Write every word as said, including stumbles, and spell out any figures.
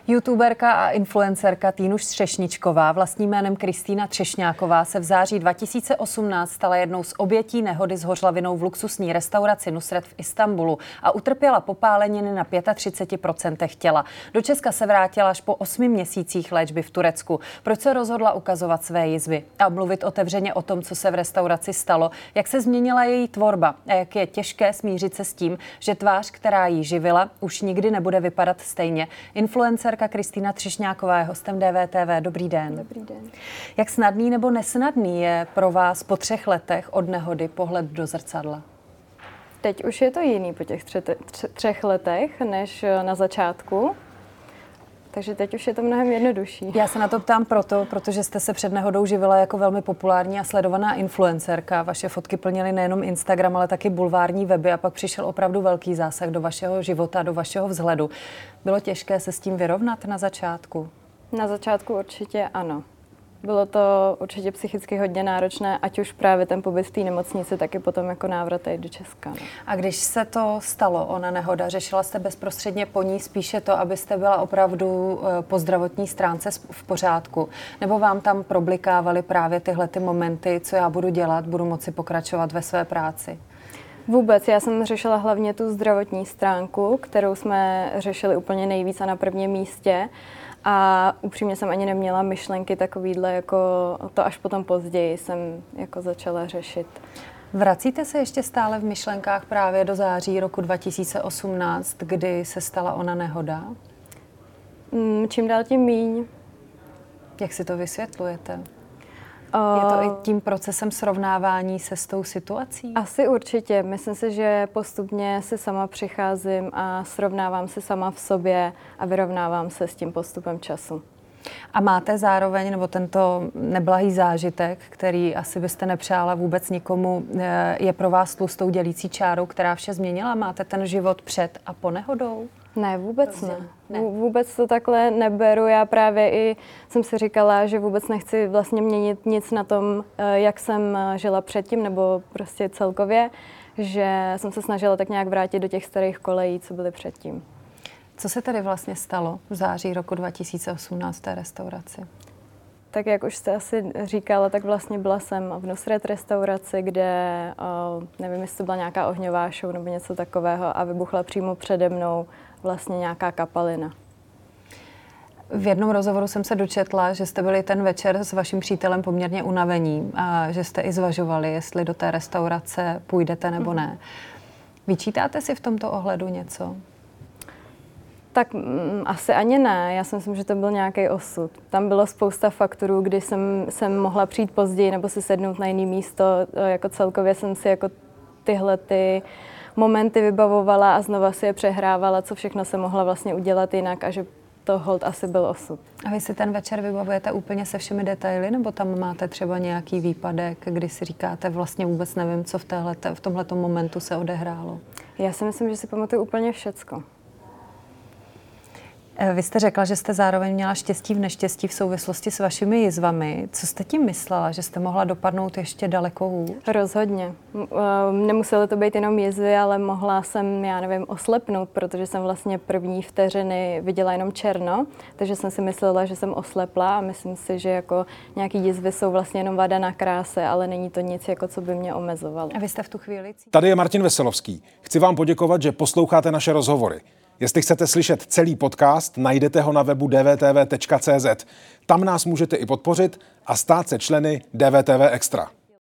YouTuberka a influencerka Týnuš Třešničková vlastním jménem Kristýna Třešňáková se v září dva tisíce osmnáct stala jednou z obětí nehody s hořlavinou v luxusní restauraci Nusret v Istanbulu a utrpěla popáleniny na třicet pět procent těla. Do Česka se vrátila až po osmi měsících léčby v Turecku. Proč se rozhodla ukazovat své jizvy a mluvit otevřeně o tom, co se v restauraci stalo, jak se změnila její tvorba a jak je těžké smířit se s tím, že tvář, která ji živila, už nikdy nebude vypadat stejně. Influencer Kristýna Třešňáková je hostem D V T V. Dobrý den. Dobrý den. Jak snadný nebo nesnadný je pro vás po třech letech od nehody pohled do zrcadla? Teď už je to jiný po těch tře- tře- třech letech než na začátku. Takže teď už je to mnohem jednodušší. Já se na to ptám proto, protože jste se před nehodou živila jako velmi populární a sledovaná influencerka. Vaše fotky plnily nejenom Instagram, ale taky bulvární weby a pak přišel opravdu velký zásah do vašeho života, do vašeho vzhledu. Bylo těžké se s tím vyrovnat na začátku? Na začátku určitě ano. Bylo to určitě psychicky hodně náročné, ať už právě ten pobyt v té nemocnici, tak i potom jako návrat tady do Česka. No. A když se to stalo, ona nehoda, řešila jste bezprostředně po ní spíše to, abyste byla opravdu po zdravotní stránce v pořádku? Nebo vám tam problikávaly právě tyhle ty momenty, co já budu dělat, budu moci pokračovat ve své práci? Vůbec, já jsem řešila hlavně tu zdravotní stránku, kterou jsme řešili úplně nejvíc a na prvním místě. A upřímně jsem ani neměla myšlenky takovýhle, jako to až potom později jsem jako začala řešit. Vracíte se ještě stále v myšlenkách právě do září roku dva tisíce osmnáct, kdy se stala ona nehoda? Mm, čím dál tím míň. Jak si to vysvětlujete? Je to i tím procesem srovnávání se s tou situací? Asi určitě. Myslím si, že postupně si sama přicházím a srovnávám se sama v sobě a vyrovnávám se s tím postupem času. A máte zároveň, nebo tento neblahý zážitek, který asi byste nepřála vůbec nikomu, je pro vás tlustou dělící čárou, která vše změnila? Máte ten život před a po nehodou? Ne, vůbec ne. ne. Vůbec to takhle neberu. Já právě i jsem si říkala, že vůbec nechci vlastně měnit nic na tom, jak jsem žila předtím, nebo prostě celkově, že jsem se snažila tak nějak vrátit do těch starých kolejí, co byly předtím. Co se tady vlastně stalo v září roku dva tisíce osmnáct v té restauraci? Tak jak už jste asi říkala, tak vlastně byla jsem v Nusret restauraci, kde, nevím, jestli to byla nějaká ohňová show nebo něco takového a vybuchla přímo přede mnou vlastně nějaká kapalina. V jednom rozhovoru jsem se dočetla, že jste byli ten večer s vaším přítelem poměrně unavení a že jste i zvažovali, jestli do té restaurace půjdete nebo ne. Vyčítáte si v tomto ohledu něco? Tak mm, asi ani ne. Já si myslím, že to byl nějaký osud. Tam bylo spousta faktorů, kdy jsem, jsem mohla přijít později nebo si sednout na jiné místo. Jako celkově jsem si jako tyhle ty momenty vybavovala a znova si je přehrávala, co všechno se mohla vlastně udělat jinak a že to hold asi byl osud. A vy si ten večer vybavujete úplně se všemi detaily, nebo tam máte třeba nějaký výpadek, kdy si říkáte, vlastně vůbec nevím, co v, téhleté, v tomhletom momentu se odehrálo? Já si myslím, že si pamatuju úplně všecko. Vy jste řekla, že jste zároveň měla štěstí v neštěstí v souvislosti s vašimi jizvami. Co jste tím myslela, že jste mohla dopadnout ještě daleko hůř? Rozhodně. Nemusely to být jenom jizvy, ale mohla jsem, já nevím, oslepnout, protože jsem vlastně první vteřiny viděla jenom černo, takže jsem si myslela, že jsem oslepla a myslím si, že jako nějaký jizvy jsou vlastně jenom vada na kráse, ale není to nic, jako co by mě omezovalo. A vy jste v tu chvíli... Tady je Martin Veselovský. Chci vám poděkovat, že posloucháte naše rozhovory. Jestli chcete slyšet celý podcast, najdete ho na webu d v t v tečka c z. Tam nás můžete i podpořit a stát se členy D V T V Extra.